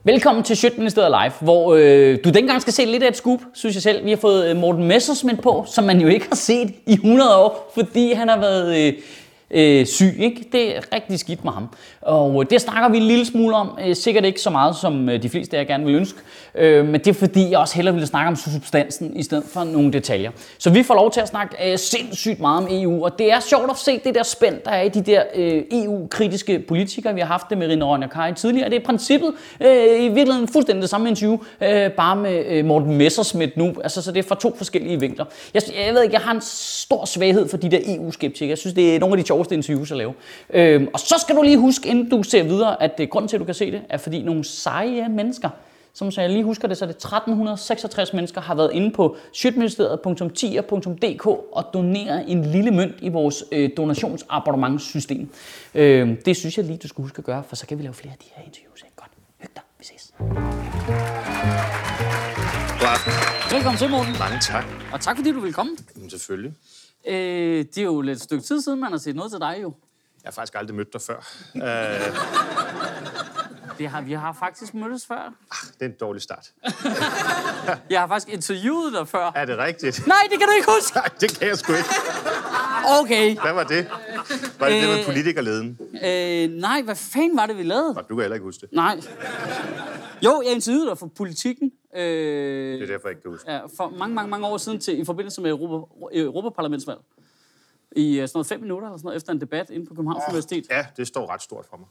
Velkommen til Sjøtministeriet Live, hvor du dengang skal se lidt af et scoop, synes jeg selv. Vi har fået Morten Messerschmidt på, som man jo ikke har set i 100 år, fordi han har været syg, ikke? Det er rigtig skidt med ham. Og det snakker vi en lille smule om, sikkert ikke så meget, som de fleste af jer gerne vil ønske. Men det er fordi, jeg også hellere ville snakke om substansen, i stedet for nogle detaljer. Så vi får lov til at snakke sindssygt meget om EU, og det er sjovt at se det der spænd, der er i de der EU-kritiske politikere. Vi har haft det med Rina Ronja Kari tidligere, og det er i princippet i virkeligheden fuldstændig det samme interview, bare med Morten Messerschmidt nu. Altså, så det er fra to forskellige vinkler. Jeg ved ikke, jeg har en stor svaghed for de der EU-skeptikere. Jeg synes, det er nogle af de sjoveste interviews at lave. Og så skal du lige huske, inden du ser videre, at grunden til, at du kan se det, er fordi nogle seje mennesker, som så jeg lige husker det, så er det 1366 mennesker, har været inde på sjøtministeriet.10.dk og doneret en lille mønt i vores donationsabonnementssystem. Det synes jeg lige, du skal huske at gøre, for så kan vi lave flere af de her interviews. Godt. Hyg dig. Vi ses. God aften. Velkommen til, Morten. Mange tak. Og tak, fordi du vil komme. Selvfølgelig. Det er jo lidt stykke tid siden, man har set noget til dig jo. Jeg har faktisk aldrig mødt dig før. Vi har faktisk mødtes før. Det er en dårlig start. Jeg har faktisk interviewet dig før. Er det rigtigt? Nej, det kan du ikke huske. Nej, det kan jeg sgu ikke. Okay. Hvad var det? Var det det med politikerleden? Nej, hvad fanden var det, vi lavede? Du kan heller ikke huske det. Nej. Jo, jeg interviewede dig for Politikken. Det er derfor, jeg ikke kan huske. Ja, for mange år siden i forbindelse med Europaparlamentsvalg. I sådan noget 5 minutter eller sådan noget, efter en debat inde på Københavns Universitet. Ja, det står ret stort for mig.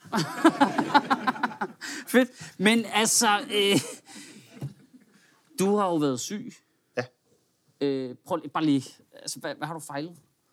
Fedt. Men altså, du har jo været syg. Ja. Prøv bare lige, altså, hvad har du fejlet?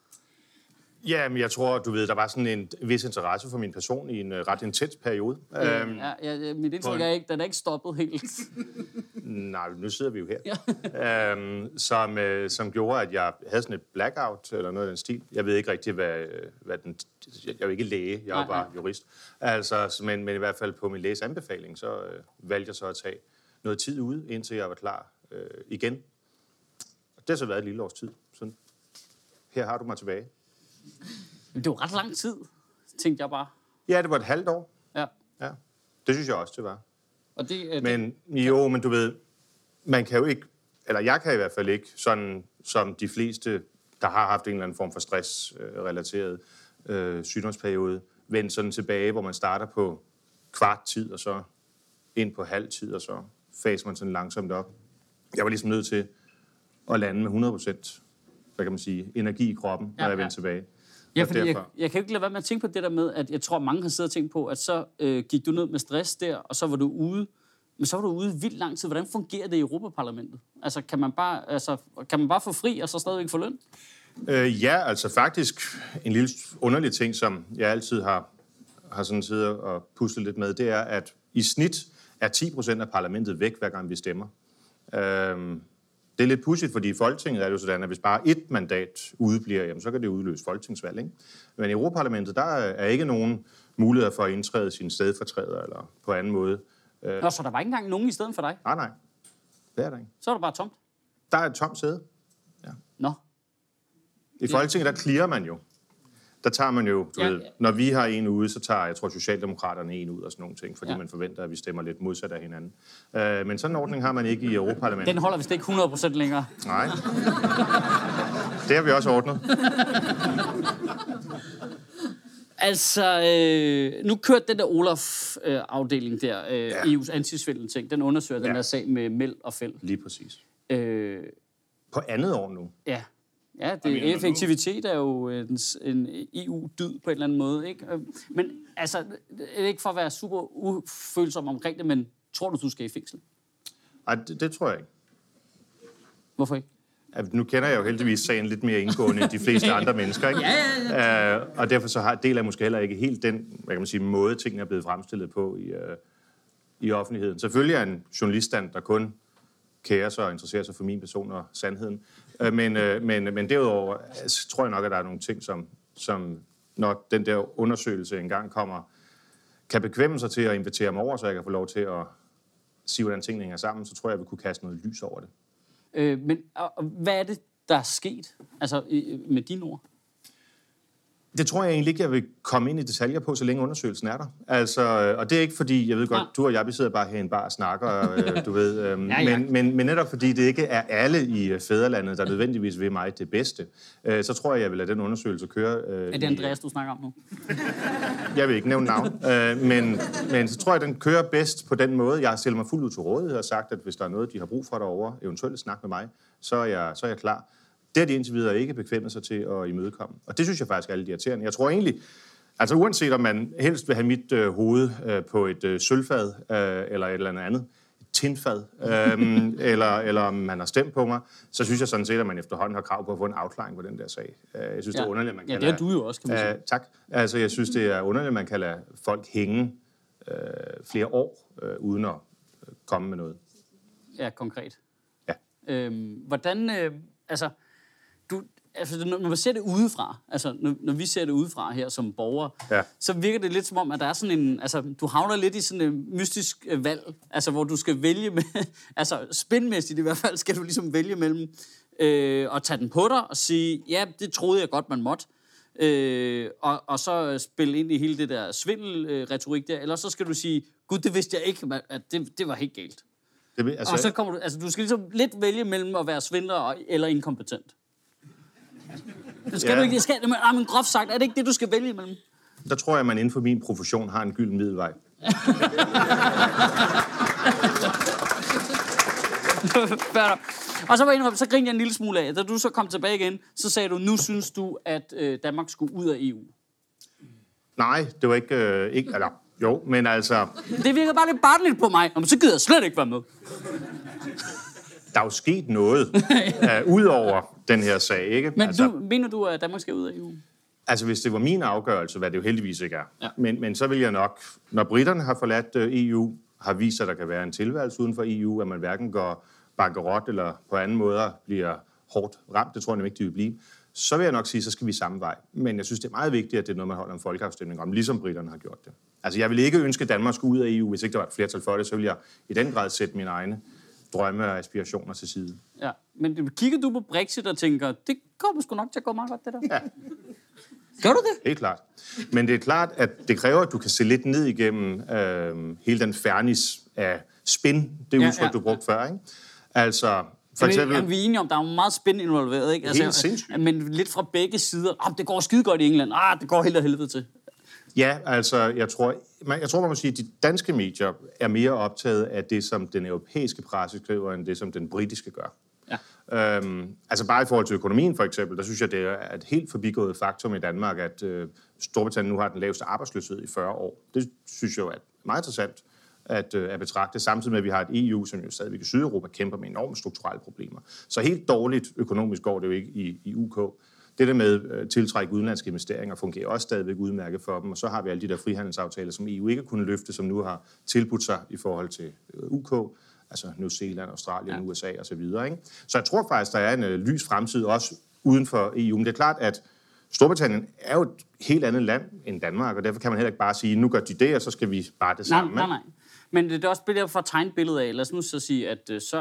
Ja, men jeg tror, du ved, der var sådan en vis interesse for min person i en ret intens periode. Mit indtryk er ikke, den er ikke stoppet helt. Nej, nu sidder vi jo her. Ja. Som gjorde, at jeg havde sådan et blackout, eller noget af den stil. Jeg ved ikke rigtig, hvad den... Jeg er jo ikke læge, jeg er bare jurist. Altså, men i hvert fald på min læges anbefaling, så valgte jeg så at tage noget tid ude, indtil jeg var klar igen. Og det har så været et lille års tid. Så her har du mig tilbage. Men det var ret lang tid, tænkte jeg bare. Ja, det var et halvt år. Ja. Det synes jeg også, det var. Og men du ved, man kan jo ikke, eller jeg kan i hvert fald ikke, sådan som de fleste, der har haft en eller anden form for stress-relateret sygdomsperiode, vende sådan tilbage, hvor man starter på kvart tid, og så ind på halv tid, og så faser man sådan langsomt op. Jeg var ligesom nødt til at lande med 100%, hvad kan man sige, energi i kroppen, når jeg vendte tilbage. Ja, fordi jeg kan jo ikke lade være med at tænke på det der med, at jeg tror, mange har siddet og tænkt på, at så gik du ned med stress der, og så var du ude. Men så var du ude vildt lang tid. Hvordan fungerer det i Europaparlamentet? Altså, kan man bare få fri, og så stadigvæk få løn? Ja, altså faktisk en lille underlig ting, som jeg altid har sådan siddet og puslet lidt med, det er, at i snit er 10% af parlamentet væk, hver gang vi stemmer. Det er lidt pudsigt, fordi i Folketinget er det jo sådan, at hvis bare et mandat udebliver, jamen, så kan det udløse folketingsvalg, ikke? Men i Europaparlamentet, der er ikke nogen muligheder for at indtræde sin stedfortræder eller på anden måde. Nå, så der var ikke engang nogen i stedet for dig? Nej. Det er der ikke. Så er der bare tomt? Der er et tomt sæde. Ja. Nå. I Folketinget, der clearer man jo. Der tager man jo, ved, når vi har en ude, så tager, jeg tror, Socialdemokraterne en ud og sådan nogle ting, fordi man forventer, at vi stemmer lidt modsat af hinanden. Men sådan en ordning har man ikke i Europaparlamentet. Den holder vist ikke 100% længere. Nej. Det har vi også ordnet. Altså, nu kørte den der Olaf-afdeling der, EU's antisvindel-ting, den undersøger den der sag med Meld og Feld. Lige præcis. På andet år nu. Ja. Ja, effektivitet er jo en EU-dyd på en eller anden måde, ikke? Men altså, det er ikke for at være super ufølsom omkring det, men tror du skal i fængsel? Nej, det tror jeg ikke. Hvorfor ikke? Nu kender jeg jo heldigvis sagen lidt mere indgående end de fleste andre mennesker, ikke? Ja. Og derfor så deler jeg måske heller ikke helt den, hvad kan man sige, måde, tingene er blevet fremstillet på i offentligheden. Selvfølgelig er en journaliststand, der kun kærer sig og interesserer sig for min person og sandheden. Men derudover tror jeg nok, at der er nogle ting, som når den der undersøgelse engang kommer, kan bekvemme sig til at invitere mig over, så jeg kan få lov til at sige, hvordan tingene hænger sammen, så tror jeg, at vi kunne kaste noget lys over det. Men hvad er det, der er sket? Altså med dine ord? Det tror jeg egentlig ikke, jeg vil komme ind i detaljer på, så længe undersøgelsen er der. Altså, og det er ikke fordi, jeg ved godt, du og jeg, vi sidder bare her i en bar og snakker, du ved. Men netop fordi det ikke er alle i fædrelandet, der nødvendigvis vil mig det bedste, så tror jeg vil lade den undersøgelse køre. Er det Andreas, du snakker om nu? Jeg vil ikke nævne navn, men så tror jeg, den kører bedst på den måde. Jeg har stillet mig fuldt ud til rådighed og sagt, at hvis der er noget, de har brug for derovre, eventuelt snak med mig, så er jeg klar. Det har de indtil videre ikke bekvemmet sig til at imødekomme. Og det synes jeg faktisk er lidt irriterende. Jeg tror egentlig, altså uanset om man helst vil have mit hoved på et sølvfad eller et eller andet tinfad, eller om man har stemt på mig, så synes jeg sådan set, at man efterhånden har krav på at få en afklaring på den der sag. Jeg synes, det er underligt, at man kan det er du jo også, kan man sige. Tak. Altså, jeg synes, det er underligt, at man kan lade folk hænge flere år, uden at komme med noget. Ja, konkret. Ja. Hvordan, når man ser det udefra, altså når vi ser det udefra her som borgere, så virker det lidt som om, at der er sådan en, altså du havner lidt i sådan en mystisk valg, altså hvor du skal vælge med, altså spinmæssigt i hvert fald, skal du ligesom vælge mellem at tage den på dig og sige, ja, det troede jeg godt, man måtte, og så spille ind i hele det der svindelretorik der, eller så skal du sige, gud, det vidste jeg ikke, at det var helt galt. Og så kommer du, altså du skal ligesom lidt vælge mellem at være svindler eller inkompetent. Skal du ikke, men groft sagt, er det ikke det, du skal vælge imellem? Der tror jeg, at man inden for min profession har en gylden middelvej. Og så grinede jeg en lille smule af. Da du så kom tilbage igen, så sagde du, nu synes du, at Danmark skulle ud af EU. Nej, det var ikke jo, men altså... Det virker bare lidt barnligt på mig, og så gider jeg slet ikke være med. Der er jo sket noget ud over den her sag, ikke? Men mener du, at Danmark skal ud af EU? Altså, hvis det var min afgørelse, hvad det jo heldigvis ikke er. Ja. Men så vil jeg nok, når britterne har forladt EU, har vist, at der kan være en tilværelse uden for EU, at man hverken går bankerot eller på anden måde bliver hårdt ramt, det tror jeg ikke, de vil blive, så vil jeg nok sige, så skal vi samme vej. Men jeg synes, det er meget vigtigt, at det er noget, man holder en folkeafstemning om, ligesom britterne har gjort det. Altså, jeg vil ikke ønske, at Danmark skulle ud af EU, hvis ikke der var et flertal for det, så vil jeg i den grad sætte mine egne drømme og aspirationer til side. Ja, men kigger du på Brexit og tænker, det kommer sgu nok til at gå meget godt, det der? Ja. Gør du det? Helt klart. Men det er klart, at det kræver, at du kan se lidt ned igennem hele den fernis af spin, det udtryk, du brugte før, ikke? Altså, for eksempel... Vi er enige om, der er meget spin involveret, ikke? Helt sindssygt. Men lidt fra begge sider. Det går skide godt i England. Det går helt af helvede til. Ja, altså, jeg tror, man må sige, at de danske medier er mere optaget af det, som den europæiske presse skriver, end det, som den britiske gør. Ja. Altså bare i forhold til økonomien, for eksempel, der synes jeg, det er et helt forbigået faktum i Danmark, at Storbritannien nu har den laveste arbejdsløshed i 40 år. Det synes jeg jo er meget interessant at betragte, samtidig med, at vi har et EU, som jo stadigvæk i Sydeuropa kæmper med enorme strukturelle problemer. Så helt dårligt økonomisk går det jo ikke i UK. Det der med at tiltrække udenlandske investeringer fungerer også stadigvæk udmærket for dem, og så har vi alle de der frihandelsaftaler, som EU ikke kunne løfte, som nu har tilbudt sig i forhold til UK, altså New Zealand, Australien, USA osv. Så jeg tror faktisk, der er en lys fremtid også uden for EU. Men det er klart, at Storbritannien er jo et helt andet land end Danmark, og derfor kan man heller ikke bare sige, nu gør de det, og så skal vi bare det samme. Nej. Men det er også bedre for at tegne et billede af, lad os nu så sige, at så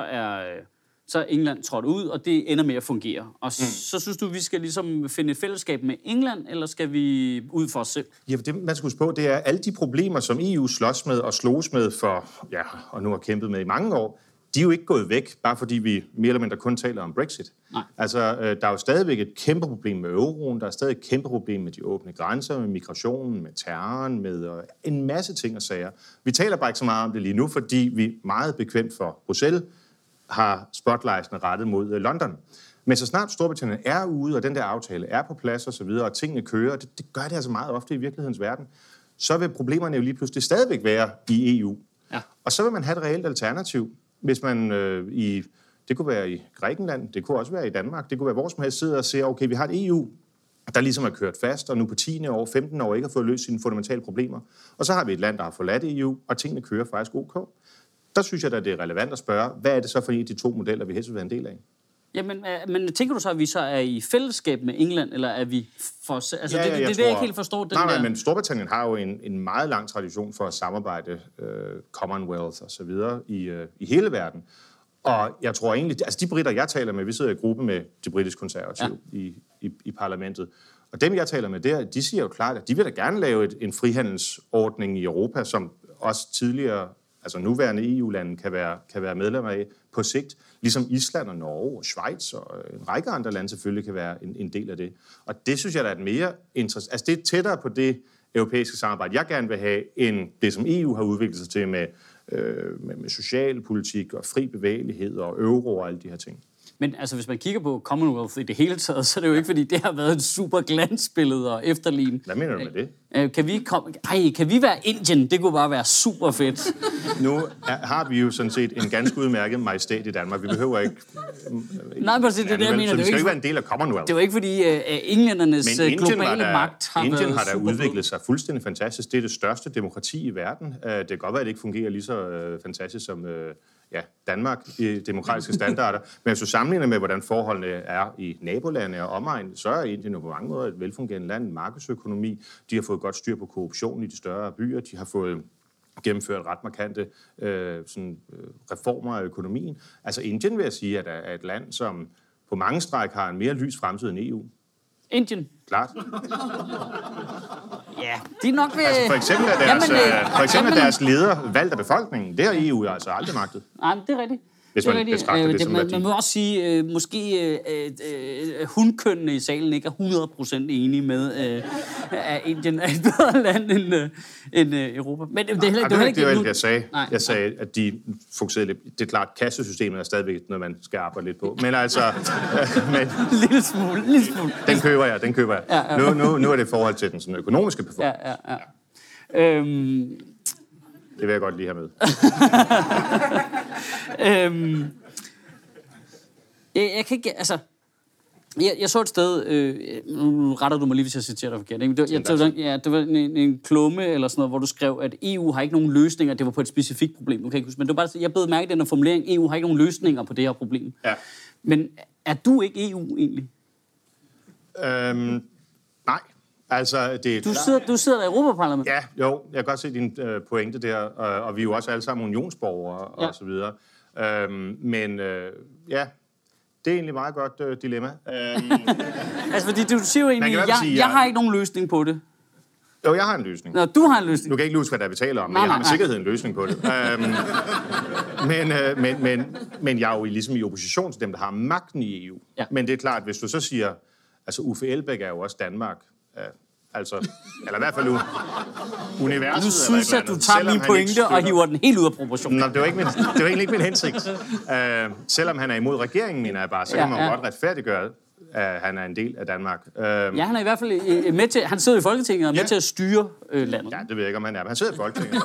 er England trådt ud, og det ender med at fungere. Og så synes du, vi skal ligesom finde et fællesskab med England, eller skal vi ud for os selv? Ja, det man skal huske på, det er alle de problemer, som EU slås med og slås med og nu har kæmpet med i mange år, de er jo ikke gået væk, bare fordi vi mere eller mindre kun taler om Brexit. Nej. Altså, der er jo stadigvæk et kæmpe problem med euroen, der er stadig et kæmpe problem med de åbne grænser, med migrationen, med terroren, med en masse ting og sager. Vi taler bare ikke så meget om det lige nu, fordi vi meget bekvemt for Bruxelles har spotlightsene rettet mod London. Men så snart Storbritannien er ude, og den der aftale er på plads og så videre, og tingene kører, det gør det altså meget ofte i virkelighedens verden, så vil problemerne jo lige pludselig stadigvæk være i EU. Ja. Og så vil man have et reelt alternativ, hvis man det kunne være i Grækenland, det kunne også være i Danmark, det kunne være hvor som helst sidder og siger, okay, vi har et EU, der ligesom er kørt fast, og nu på 10. år, 15 år ikke har fået løst sine fundamentale problemer. Og så har vi et land, der har forladt EU, og tingene kører faktisk ok. Der synes jeg, at det er relevant at spørge, hvad er det så for en af de to modeller, vi helst vil være en del af? Jamen, men tænker du så, at vi så er i fællesskab med England, eller er vi for... Altså, det er det, jeg ikke helt forstår. Nej, men Storbritannien har jo en meget lang tradition for at samarbejde Commonwealth og så videre i hele verden. Og jeg tror egentlig, altså de britter, jeg taler med, vi sidder i gruppe med de britiske konservative i parlamentet, Og dem, jeg taler med der, de siger jo klart, at de vil da gerne lave en frihandelsordning i Europa, som også tidligere, altså nuværende EU-lande kan være medlemmer af på sigt, ligesom Island og Norge og Schweiz og en række andre lande selvfølgelig kan være en del af det. Og det synes jeg, der er et mere interessant, altså det er tættere på det europæiske samarbejde, jeg gerne vil have, end det, som EU har udviklet sig til med socialpolitik og fri bevægelighed og euro og alle de her ting. Men altså, hvis man kigger på Commonwealth i det hele taget, så er det jo ikke, fordi det har været et super glansbillede og efterligne. Hvad mener du med det? Kan vi være Indien? Det kunne bare være super fedt. Nu har vi jo sådan set en ganske udmærket majestæt i Danmark. Vi behøver ikke... Nej, men det er det, jeg mener. Så vi skal ikke være en del af Commonwealth. Det var ikke, fordi englændernes globale magt har været Indien har da super udviklet sig fuldstændig fantastisk. Det er det største demokrati i verden. Det kan godt være, at det ikke fungerer lige så fantastisk som... Danmark i demokratiske standarder. Men hvis du sammenligner med, hvordan forholdene er i nabolande og omegn, så er Indien jo på mange måder et velfungerende land, en markedsøkonomi. De har fået godt styr på korruption i de større byer. De har fået gennemført ret markante reformer af økonomien. Altså Indien, vil jeg sige, er et land, som på mange stræk har en mere lys fremtid end EU. Indien? Klart. Ja, de er nok ved... Altså for eksempel er deres leder valgt af befolkningen. Det har EU altså aldrig magtet. Nej, det er rigtigt. Hvis man betragter det som værdi. Man må også sige, måske hundkønnene i salen ikke er 100% enige med, at Indien er et bedre land end Europa. Men det er heller ikke det, jeg sagde. Jeg sagde, at de fokuserede lidt. Det er klart, kassesystemet er stadigvæk noget, man skal arbejde lidt på. Men altså... Lille smule. Den køber jeg. Ja. Nu er det i forhold til den sådan, økonomiske befolkning. Ja. Det vil jeg godt lige have med. Jeg kan ikke, altså... Jeg så et sted, nu retter du mig lige, hvis jeg citerer dig forkert, ikke? Det var en klumme eller sådan noget, hvor du skrev, at EU har ikke nogen løsninger, det var på et specifikt problem, du kan ikke huske, men det var bare, jeg bed mærke i den her formulering, EU har ikke nogen løsninger på det her problem. Ja. Men er du ikke EU egentlig? Nej. Altså, du sidder der i Europaparlamentet? Ja, jo, jeg kan godt se din pointe der, og vi er jo også alle sammen unionsborgere og så videre. Ja, det er egentlig et meget godt dilemma. Altså, fordi du siger jo egentlig, jeg har ikke nogen løsning på det. Jo, jeg har en løsning. Nå, du har en løsning. Du kan ikke huske, hvad der er, vi taler om, men jeg har med sikkerhed en løsning på det. Men jeg er jo ligesom i opposition til dem, der har magten i EU. Ja. Men det er klart, hvis du så siger, altså Uffe Elbæk er jo også Danmark, eller i hvert fald universet. Nu synes jeg, du tager min pointe og hiver den helt ud af proportion. Nå, det var egentlig ikke min hensigt. Selvom han er imod regeringen, mener jeg bare, så kan man jo godt retfærdiggøre, at han er en del af Danmark. Ja, han er i hvert fald med til, han sidder i Folketinget og er med til at styre landet. Ja, det ved jeg ikke, om han er, men han sidder i Folketinget.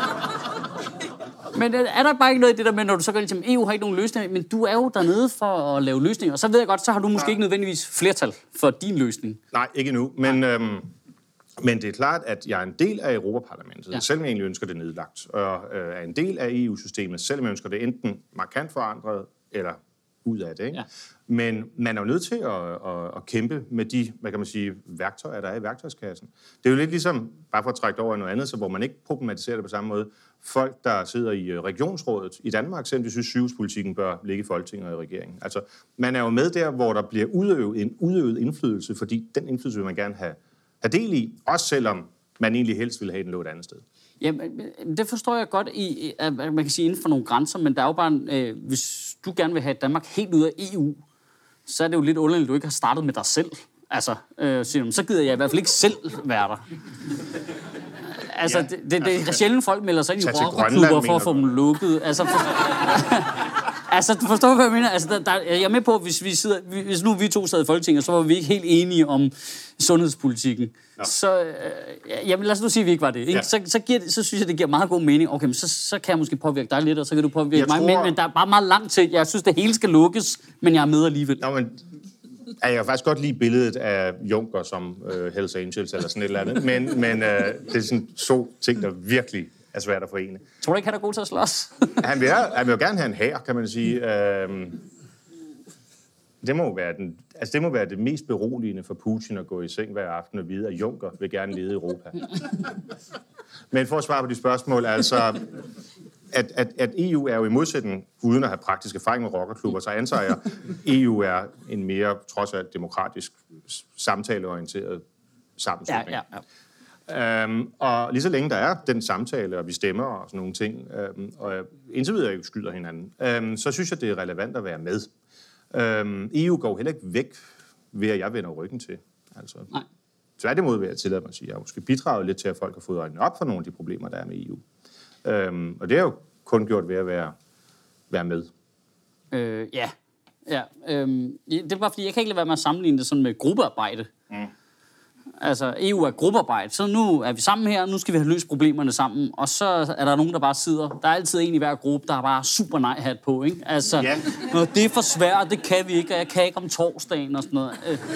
Men er der bare ikke noget i det der med, når du så går ind til EU har ikke nogen løsning, men du er jo dernede for at lave løsninger, og så ved jeg godt, så har du måske ikke nødvendigvis flertal for din løsning. Nej, ikke nu, men det er klart, at jeg er en del af Europaparlamentet, selvom jeg egentlig ønsker det nedlagt, og er en del af EU-systemet, selvom jeg ønsker det enten markant forandret, eller ud af det, ikke? Ja. Men man er jo nødt til at kæmpe med de, hvad kan man sige, værktøjer, der er i værktøjskassen. Det er jo lidt ligesom, bare for at trække over i noget andet, så hvor man ikke problematiserer det på samme måde, folk, der sidder i regionsrådet i Danmark, selvom de synes, sygehuspolitikken bør ligge i Folketinget og i regeringen. Altså, man er jo med der, hvor der bliver udøvet indflydelse, fordi den indflydelse vil man gerne have del i, også selvom man egentlig helst vil have den lå et andet sted. Ja, det forstår jeg godt, at man kan sige inden for nogle grænser, men der er jo bare, hvis du gerne vil have Danmark helt ud af EU, så er det jo lidt underligt, at du ikke har startet med dig selv. Altså, så gider jeg i hvert fald ikke selv være der. Altså, det er sjældent, folk melder sig ind i rockerklubber for at få dem lukket. Altså, du forstår, hvad jeg mener? Altså, jeg er med på, hvis nu vi to sad i Folketinget, så var vi ikke helt enige om sundhedspolitikken. Ja. Så lad os nu sige, at vi ikke var det. Ikke? Ja. Så synes jeg, det giver meget god mening. Okay, men så kan jeg måske påvirke dig lidt, og så kan du påvirke mig. Men der er bare meget langt til. Jeg synes, det hele skal lukkes, men jeg er med alligevel. Nå, men jeg kan faktisk godt lide billedet af Juncker som Hells Angels eller sådan et eller andet. Men det er sådan to ting, der virkelig er svært at forene. Tror du ikke, han er god til at slås? han vil jo gerne have en hær, kan man sige. Det må være det mest beroligende for Putin at gå i seng hver aften og vide, at Juncker vil gerne lede Europa. Men for at svare på de spørgsmål, altså... at EU er jo i modsætning, uden at have praktisk erfaring med rockerklubber, så antager jeg, EU er en mere, trods alt, demokratisk, samtaleorienteret sammenslutning. Og lige så længe der er den samtale, og vi stemmer og sådan nogle ting, og indtil videre ikke skyder hinanden, så synes jeg, det er relevant at være med. EU går heller ikke væk ved, at jeg vender ryggen til. Altså, tværtimod vil jeg tillade mig at sige, at jeg måske bidraget lidt til, at folk har fået øjnene op for nogle af de problemer, der er med EU. Og det er jo kun gjort ved at være med. Det er bare fordi, jeg kan ikke lade være med at sammenligne det sådan med gruppearbejde. Altså, EU er gruppearbejde, så nu er vi sammen her, nu skal vi have løst problemerne sammen, og så er der nogen, der bare sidder. Der er altid en i hver gruppe, der har bare super nej-hat på, ikke? Altså, det er for svært, det kan vi ikke, og jeg kan ikke om torsdagen og sådan noget.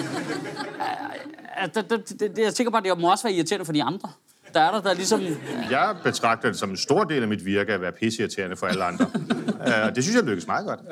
Jeg er sikker på, at det må også være irriterende for de andre. Der ligesom... Jeg betragter det som en stor del af mit virke at være pisseirriterende for alle andre. Det synes jeg lykkes meget godt.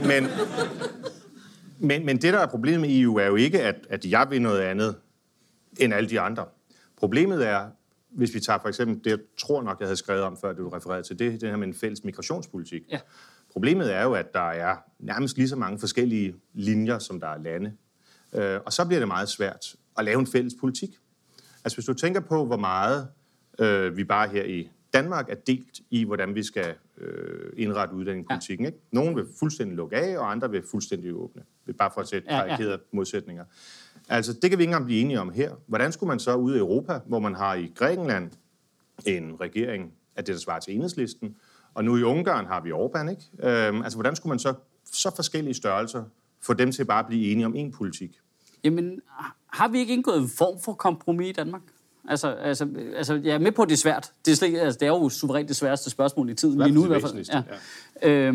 Men det, der er problemet med EU, er jo ikke, at jeg vil noget andet end alle de andre. Problemet er, hvis vi tager for eksempel det, jeg tror nok, jeg havde skrevet om, før du refererede til det her med en fælles migrationspolitik. Ja. Problemet er jo, at der er nærmest lige så mange forskellige linjer, som der er lande. Og så bliver det meget svært at lave en fælles politik. Altså hvis du tænker på, hvor meget vi bare her i Danmark er delt i, hvordan vi skal indrette udlændingepolitikken. Ikke? Nogle vil fuldstændig lukke af, og andre vil fuldstændig åbne. Bare for at sætte karikerede modsætninger. Altså, det kan vi ikke engang blive enige om her. Hvordan skulle man så ude i Europa, hvor man har i Grækenland en regering af det, der svarer til Enhedslisten, og nu i Ungarn har vi Orbán, ikke? Altså, hvordan skulle man så forskellige størrelser få dem til bare at blive enige om én politik? Jamen, har vi ikke indgået en form for kompromis i Danmark? Altså, jeg er med på, at det er svært. Det er jo suverænt det sværeste spørgsmål i tiden. Lige nu i hvert fald. Ja.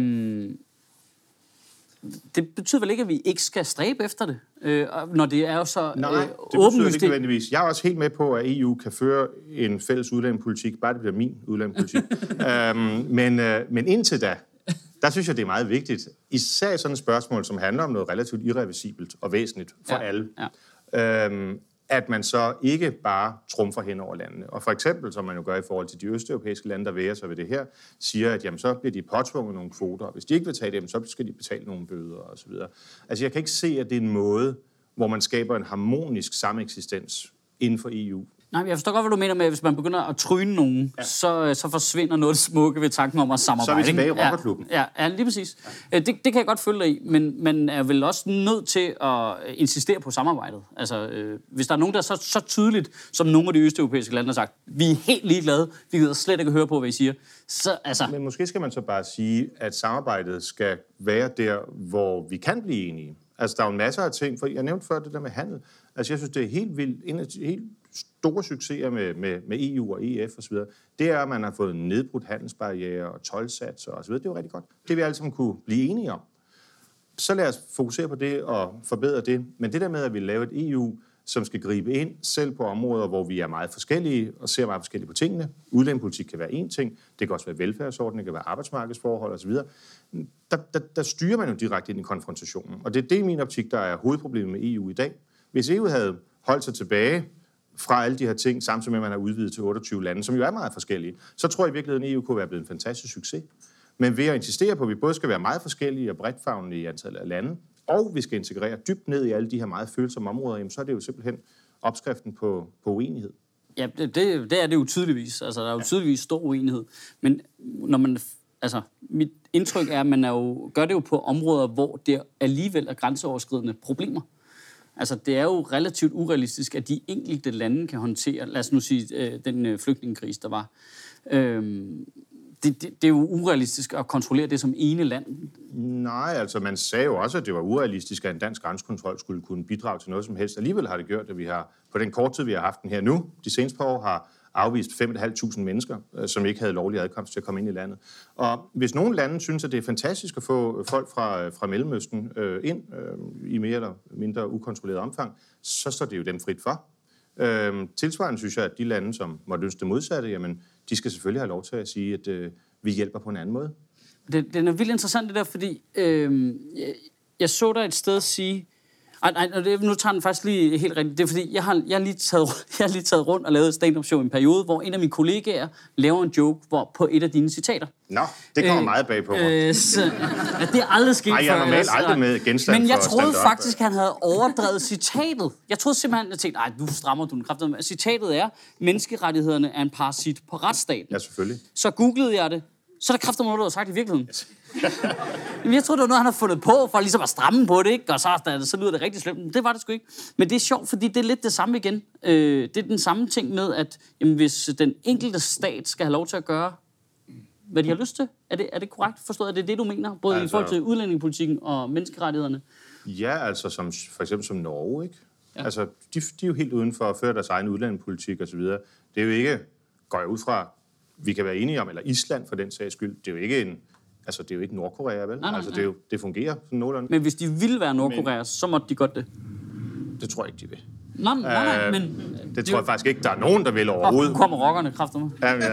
Det betyder vel ikke, at vi ikke skal stræbe efter det, når det er jo så Nej, det betyder det ikke nødvendigvis. Jeg er også helt med på, at EU kan føre en fælles udlændingepolitik, bare det bliver min udlændingepolitik. Men indtil da, der synes jeg, det er meget vigtigt. Især sådan et spørgsmål, som handler om noget relativt irreversibelt og væsentligt for alle. Ja. At man så ikke bare trumfer hen over landene. Og for eksempel, som man jo gør i forhold til de østeuropæiske lande, der væger sig ved det her, siger, at jamen, så bliver de påtvunget nogle kvoter, og hvis de ikke vil tage dem, så skal de betale nogle bøder osv. Altså jeg kan ikke se, at det er en måde, hvor man skaber en harmonisk sameksistens inden for EU. Nej, jeg forstår godt, hvad du mener med, at hvis man begynder at tryne nogen, så forsvinder noget af det smukke ved tanken om at samarbejde. Så er vi tilbage i rockerklubben. Ja, lige præcis. Ja. Det kan jeg godt følge dig i, men man er vel også nødt til at insistere på samarbejdet. Altså, hvis der er nogen, der er så tydeligt, som nogle af de østeuropæiske lande har sagt, vi er helt ligeglade, vi gider slet ikke høre på, hvad I siger. Så, altså... Men måske skal man så bare sige, at samarbejdet skal være der, hvor vi kan blive enige. Altså, der er jo en masse af ting, for jeg nævnte før det der med handel. Altså, jeg synes, det er helt vildt, en af de helt store succeser med EU og EF osv., det er, at man har fået nedbrudt handelsbarrierer og toldsatser osv. Det er jo rigtig godt. Det vi alle sammen kunne blive enige om. Så lad os fokusere på det og forbedre det. Men det der med, at vi laver et EU, som skal gribe ind selv på områder, hvor vi er meget forskellige og ser meget forskellige på tingene. Udlændingepolitik kan være én ting. Det kan også være velfærdsordning, det kan være arbejdsmarkedsforhold osv. Der styrer man jo direkte ind i konfrontationen. Og det er det i min optik, der er hovedproblemet med EU i dag. Hvis EU havde holdt sig tilbage fra alle de her ting, samtidig med, at man har udvidet til 28 lande, som jo er meget forskellige, så tror jeg i virkeligheden, at EU kunne være blevet en fantastisk succes. Men ved at insistere på, at vi både skal være meget forskellige og bredtfavnende i antallet af lande, og vi skal integrere dybt ned i alle de her meget følsomme områder, jamen, så er det jo simpelthen opskriften på uenighed. Ja, det er det jo tydeligvis. Altså, der er jo tydeligvis stor uenighed. Men når man, altså, mit indtryk er, at man gør det jo på områder, hvor det alligevel er grænseoverskridende problemer. Altså, det er jo relativt urealistisk, at de enkelte lande kan håndtere, lad os nu sige, den flygtningekrise, der var. Det er jo urealistisk at kontrollere det som ene land. Nej, altså man sagde jo også, at det var urealistisk, at en dansk grænsekontrol skulle kunne bidrage til noget som helst. Alligevel har det gjort, at vi har, på den korte tid, vi har haft den her nu, de seneste par år, har afvist 5.500 mennesker, som ikke havde lovlig adkomst til at komme ind i landet. Og hvis nogle lande synes, at det er fantastisk at få folk fra Mellemøsten ind i mere eller mindre ukontrolleret omfang, så står det jo dem frit for. Tilsvarende synes jeg, at de lande, som måtte ønske det modsatte, jamen, de skal selvfølgelig have lov til at sige, at vi hjælper på en anden måde. Det er vildt interessant det der, fordi jeg så dig et sted sige, Nu tager den faktisk lige helt rigtigt. Det er fordi, jeg har lige taget rundt og lavet et stand-up show i en periode, hvor en af mine kollegaer laver en joke på et af dine citater. Nå, det kommer meget bag på mig. Det er aldrig sket før. Jeg er normalt aldrig med genstand. Men jeg troede faktisk, han havde overdrevet citatet. Jeg troede simpelthen, jeg tænkte, nu strammer du den kraftigt. Citatet er, menneskerettighederne er en parasit på retsstaten. Ja, selvfølgelig. Så googlede jeg det. Så er der kraftigt noget, du har sagt i virkeligheden. Jamen, jeg troede, det var noget, han har fundet på, for ligesom at stramme på det, ikke? Og så lyder det rigtig slemt. Det var det sgu ikke. Men det er sjovt, fordi det er lidt det samme igen. Det er den samme ting med, at jamen, hvis den enkelte stat skal have lov til at gøre, hvad de har lyst til, er det korrekt forstået? Er det det, du mener? Både i forhold til udlændingepolitikken og menneskerettighederne? Ja, altså for eksempel som Norge, ikke? Ja. Altså, de er jo helt uden for at føre deres egen udlændingepolitik osv. Det er jo ikke, går jeg ud fra, vi kan være enige om, eller Island for den sags skyld, det er jo ikke det er jo ikke Nordkorea, vel? Nej. Det fungerer sådan nogenlunde. Men hvis de ville være Nordkorea, så måtte de godt det. Det tror jeg ikke, de vil. Nej, men... Det tror jeg faktisk ikke, der er nogen, der vil overhovedet. Nu kommer rockerne, kræfter mig. Ja.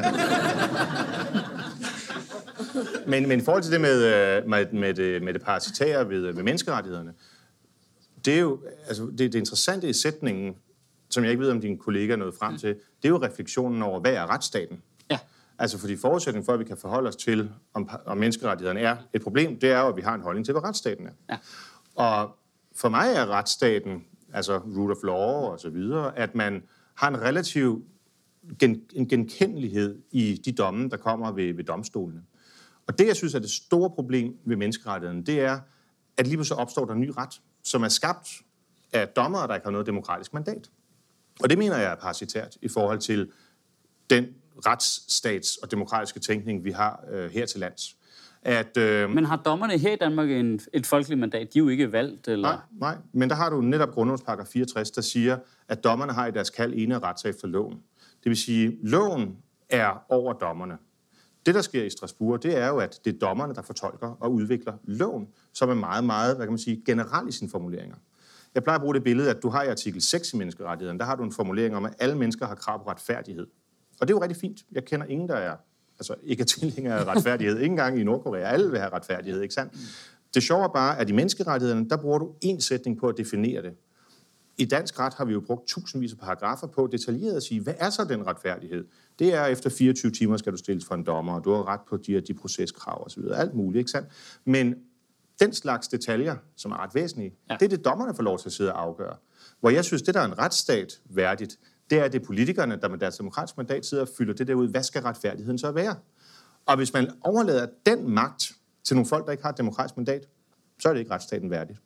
Men i forhold til det med det parasitære ved menneskerettighederne, det er jo, altså det interessante i sætningen, som jeg ikke ved, om dine kollegaer nåede frem til, det er jo refleksionen over, hvad er retsstaten? Ja. Altså fordi forudsætningen for, at vi kan forholde os til, om menneskerettighederne er et problem, det er jo, at vi har en holdning til, hvad retsstaten er. Ja. Og for mig er retsstaten, altså rule of law og så videre, at man har en relativ genkendelighed i de domme, der kommer ved domstolene. Og det, jeg synes er det store problem ved menneskerettighederne, det er, at lige pludselig opstår der en ny ret, som er skabt af dommere, der ikke har noget demokratisk mandat. Og det mener jeg er parasitært i forhold til den retsstats- og demokratiske tænkning, vi har her til lands. Men har dommerne her i Danmark et folkeligt mandat? De er jo ikke valgt, eller? Nej, men der har du netop grundlovens paragraf 64, der siger, at dommerne har i deres kald ene ret efter loven. Det vil sige, loven er over dommerne. Det, der sker i Strasbourg, det er jo, at det er dommerne, der fortolker og udvikler loven, som er meget, meget, hvad kan man sige, generelt i sine formuleringer. Jeg plejer at bruge det billede, at du har i artikel 6 i menneskerettighederne, der har du en formulering om, at alle mennesker har krav på retfærdighed. Og det er jo rigtig fint. Jeg kender ingen, der er ikke er tilhængere af retfærdighed. Ikke engang i Nordkorea. Alle vil have retfærdighed, ikke sandt? Det sjove er bare, at i menneskerettighederne, der bruger du en sætning på at definere det. I dansk ret har vi jo brugt tusindvis af paragrafer på detaljeret at sige, hvad er så den retfærdighed? Det er, efter 24 timer skal du stilles for en dommer, og du har ret på de proceskrav osv. Alt muligt, ikke sandt? Men den slags detaljer, som er ret væsentlige, det er det, dommerne får lov til at sidde og afgøre. Hvor jeg synes, det der er en retsstat værdigt, det er det politikerne, der med deres demokratiske mandat sidder og fylder det der ud. Hvad skal retfærdigheden så være? Og hvis man overlader den magt til nogle folk, der ikke har et demokratisk mandat, så er det ikke retsstaten værdigt.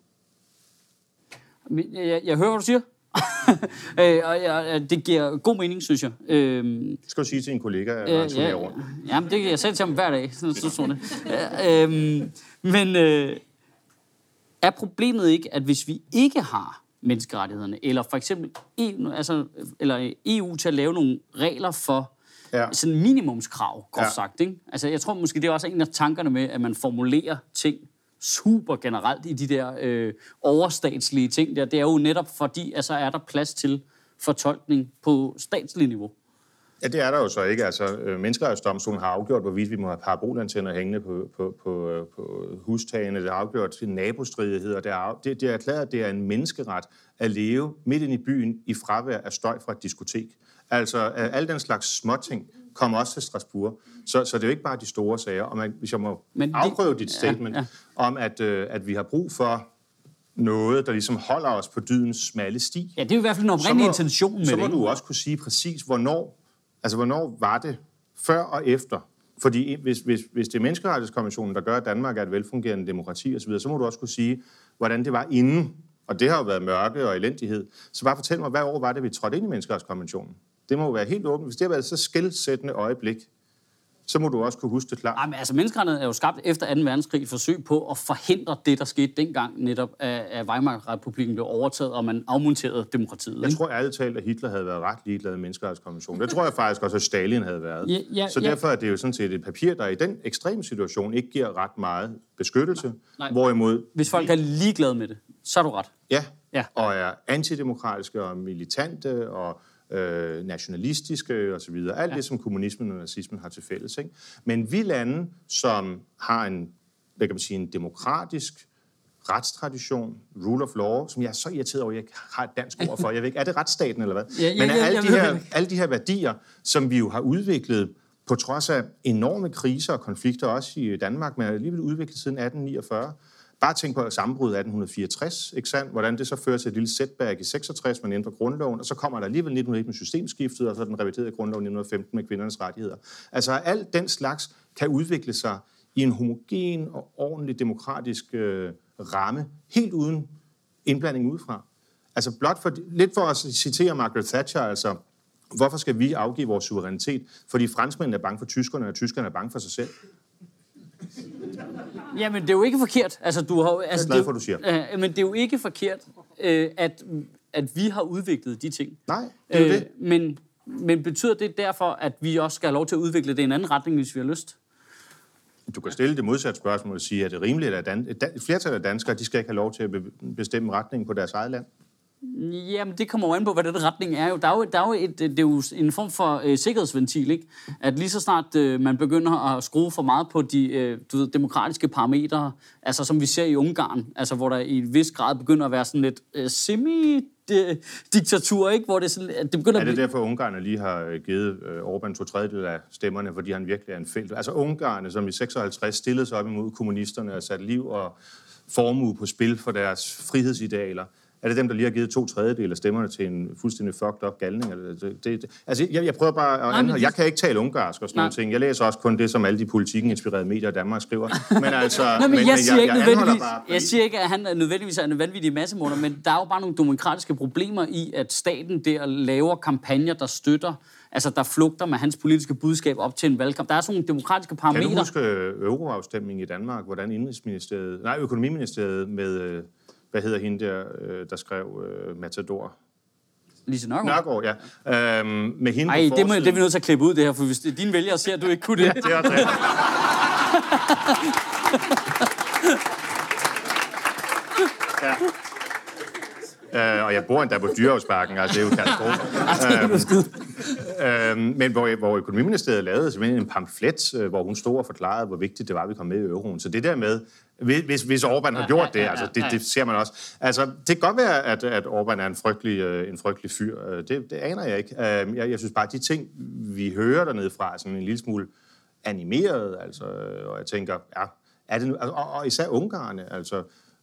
Jeg hører, hvad du siger. Og det giver god mening, synes jeg. Skal du sige til en kollega, at han turnerer rundt? Jamen, det kan jeg selv til ham hver dag. Men er problemet ikke, at hvis vi ikke har menneskerettighederne, eller for eksempel EU til at lave nogle regler for sådan minimumskrav, groft sagt, ikke? Altså, jeg tror måske, det er også en af tankerne med, at man formulerer ting super generelt i de der overstatslige ting der. Det er jo netop fordi, at så er der plads til fortolkning på statslig niveau. Ja, det er der jo så ikke. Altså, Menneskerettighedsdomstolen har afgjort, hvorvidt vi må have parabolantenner hængende på hustagene. Det har afgjort nabostridigheder. Det er erklæret, at det er en menneskeret at leve midt ind i byen i fravær af støj fra et diskotek. Altså, alle den slags småting kommer også til Strasbourg. Så det er jo ikke bare de store sager. Og hvis jeg må afprøve dit statement om, at vi har brug for noget, der ligesom holder os på dydens smalle sti. Ja, det er jo i hvert fald en oprindelig intention med det. Så må du også kunne sige præcis, hvornår var det før og efter. Fordi hvis det er Menneskerettighedskonventionen, der gør, at Danmark er et velfungerende demokrati osv., så må du også kunne sige, hvordan det var inden. Og det har jo været mørke og elendighed. Så bare fortæl mig, hvad år var det, vi trådte ind i Menneskerettighedskonventionen? Det må jo være helt åbent. Hvis det har været så skelsættende øjeblik, så må du også kunne huske det klart. Jamen, altså, menneskerettigheden er jo skabt efter 2. verdenskrig et forsøg på at forhindre det, der skete dengang netop, at Weimar-republikken blev overtaget, og man afmonterede demokratiet. Jeg tror ærligt talt, at Hitler havde været ret ligeglad med Menneskerettighedskonventionen. Det tror jeg faktisk også, at Stalin havde været. Så derfor er det jo sådan set et papir, der i den ekstreme situation ikke giver ret meget beskyttelse. Nej. Hvorimod... Hvis folk er ligeglade med det, så er du ret. Ja, og er antidemokratiske og militante og nationalistiske og så videre. Alt det, som kommunismen og nazismen har til fælles. Ikke? Men vi lande, som har en demokratisk retstradition, rule of law, som jeg er så irriteret over, at jeg ikke har et dansk ord for. Jeg ved ikke, er det retsstaten eller hvad? Men alle de her værdier, som vi jo har udviklet på trods af enorme kriser og konflikter, også i Danmark, men alligevel udviklet siden 1849. Bare tænk på sammenbruddet 1864, ikke sandt? Hvordan det så fører til et lille setback i 66, man ændrer grundloven, og så kommer der alligevel 1901 med systemskiftet, og så den reviderede grundlov 1915 med kvindernes rettigheder. Altså alt den slags kan udvikle sig i en homogen og ordentlig demokratisk ramme, helt uden indblanding udefra. Altså blot for, lidt for at citere Margaret Thatcher, altså hvorfor skal vi afgive vores suverænitet? Fordi franskmændene er bange for tyskerne, og tyskerne er bange for sig selv. Jamen, det er jo ikke forkert. Altså, du har, altså, jeg er glad for, du siger. Men det er jo ikke forkert, at vi har udviklet de ting. Nej, det er jo det. Men betyder det derfor, at vi også skal have lov til at udvikle det i en anden retning, hvis vi har lyst? Du kan stille det modsatte spørgsmål og sige, at det er rimeligt, at et flertal af danskere, de skal ikke have lov til at bestemme retningen på deres eget land. Jamen, det kommer jo an på, hvad den retning er. Det er jo en form for sikkerhedsventil, ikke? At lige så snart man begynder at skrue for meget på de demokratiske parametre, altså som vi ser i Ungarn, altså hvor der i en vis grad begynder at være sådan lidt semi-diktatur, ikke? Hvor det sådan, det begynder er det derfor, Ungarn lige har givet Orbán 2/3 af stemmerne, fordi han virkelig er en felt? Altså Ungarn, som i 56 stillede sig op imod kommunisterne og satte liv og formue på spil for deres frihedsidealer. Er det dem, der lige har givet 2/3 af stemmerne til en fuldstændig fucked up galning? Altså, jeg prøver bare at anholde. Jeg kan ikke tale ungarsk og sådan nogle ting. Jeg læser også kun det, som alle de politikken-inspirerede medier i Danmark skriver. Men altså... Jeg siger ikke, at han nødvendigvis er en vanvittig massemåler, men der er jo bare nogle demokratiske problemer i, at staten der laver kampagner, der støtter, altså der flugter med hans politiske budskab op til en valgkamp. Der er sådan nogle demokratiske parametre. Kan du huske euroafstemningen i Danmark, hvordan Økonomiministeriet med... Hvad hedder hende der skrev Matador? Lise Nørgaard? Ja. Med hende ej, det er vi nødt til at klippe ud det her, for hvis dine vælgere ser, at du ikke kunne det. Ja, det er det. Ja. Og jeg bor endda på Dyrehavsparken, altså det er jo katastrofe. Men hvor Økonomiministeriet lavede simpelthen en pamflet, hvor hun stod og forklarede, hvor vigtigt det var, at vi kom med i euroen. Så det der med, hvis Orbán har gjort det, altså det ser man også. Altså, det kan godt være, at Orbán er en frygtelig fyr. Det aner jeg ikke. Jeg synes bare, at de ting, vi hører dernede fra, er sådan en lille smule animeret, altså, og jeg tænker, ja, er det nu, og især ungarerne, altså,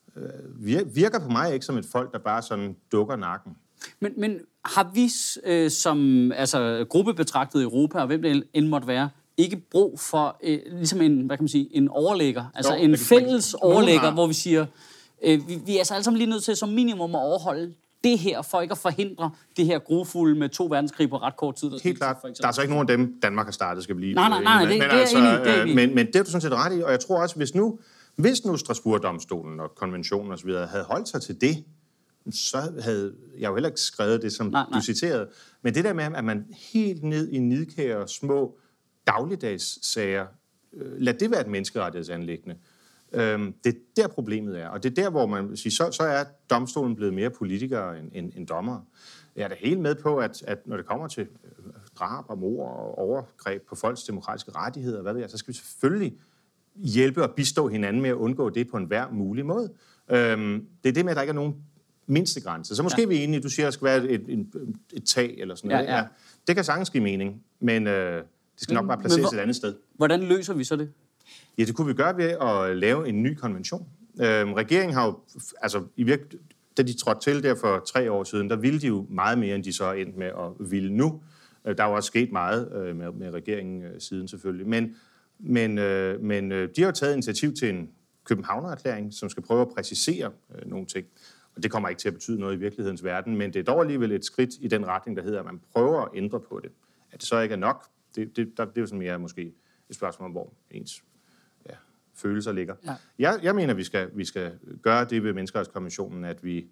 virker på mig ikke som et folk, der bare sådan dukker nakken. Men har vi som gruppe betragtet i Europa, og hvem det end måtte være, ikke brug for ligesom en overlægger, altså en fælles overlægger, hvor vi siger, vi er altså alle sammen lige nødt til som minimum at overholde det her, for ikke at forhindre det her grufulde med 2 verdenskrige på ret kort tid. Helt klart. Der er så ikke nogen af dem, Danmark har startet, skal blive. Nej, det er enig. Men det er du sådan set ret i, og jeg tror også, hvis nu Strasbourg-domstolen og konventionen osv. havde holdt sig til det, så havde jeg jo heller ikke skrevet det, som du citerede. Men det der med, at man helt ned i nidkære små dagligdagssager, lad det være et menneskerettighedsanliggende. Det er der problemet er, og det er der, hvor man siger, så er domstolen blevet mere politikere end dommere. Jeg er da helt med på, at når det kommer til drab og mord og overgreb på folks demokratiske rettigheder, så skal vi selvfølgelig hjælpe og bistå hinanden med at undgå det på enhver mulig måde. Det er det med, at der ikke er nogen mindstegrænse. Så måske er vi enige, du siger, at der skal være et tag eller sådan noget. Ja. Det kan sagtens give mening, men det skal nok bare placeres et andet sted. Hvordan løser vi så det? Ja, det kunne vi gøre ved at lave en ny konvention. Regeringen har jo, altså da de trådte til der for 3 år siden, der ville de jo meget mere, end de så er endt med at ville nu. Der er jo også sket meget med regeringen siden selvfølgelig. Men de har jo taget initiativ til en Københavner-erklæring, som skal prøve at præcisere nogle ting. Og det kommer ikke til at betyde noget i virkelighedens verden, men det er dog alligevel et skridt i den retning, der hedder, at man prøver at ændre på det. At det så ikke er nok, det er jo sådan mere måske et spørgsmål om, hvor ens følelser ligger. Ja. Jeg mener, vi skal gøre det ved Menneskerettighedskonventionen, at vi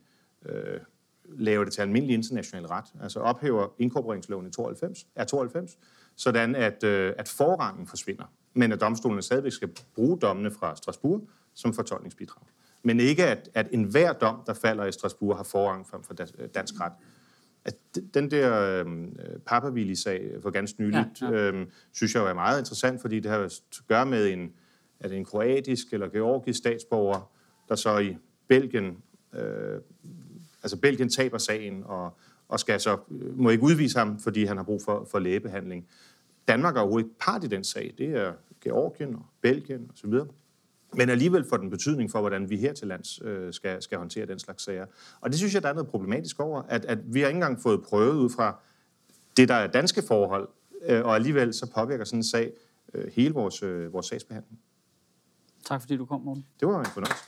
laver det til almindelig international ret, altså ophæver inkorporeringsloven i 92, sådan at forrangen forsvinder, men at domstolene stadigvæk skal bruge dommene fra Strasbourg som fortolkningsbidrag. Men ikke, at enhver dom, der falder i Strasbourg, har forrang frem for dansk ret. At den der Pappavili-sag for ganske nyligt, synes jeg jo er meget interessant, fordi det har at gøre med en kroatisk eller georgisk statsborger, der så i Belgien, Belgien taber sagen, og skal så, må ikke udvise ham, fordi han har brug for lægebehandling. Danmark er overhovedet ikke part i den sag. Det er Georgien og Belgien osv. Men alligevel får den betydning for, hvordan vi her til lands skal håndtere den slags sager. Og det synes jeg, der er noget problematisk over, at vi har ikke engang fået prøvet ud fra det, der er danske forhold, og alligevel så påvirker sådan en sag hele vores sagsbehandling. Tak fordi du kom, Morten. Det var en fornøjelse.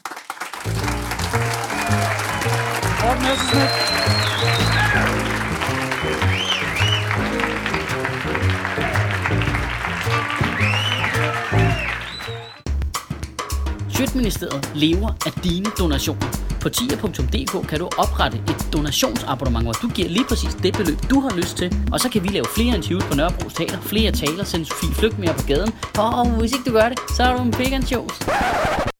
Morten Messerschmidt. Sjøtministeriet lever af dine donationer. På tier.dk kan du oprette et donationsabonnement, hvor du giver lige præcis det beløb, du har lyst til. Og så kan vi lave flere interviews på Nørrebro Teater, flere taler, sende Sofie Flygt mere på gaden. Og hvis ikke du gør det, så er du en vegan shows.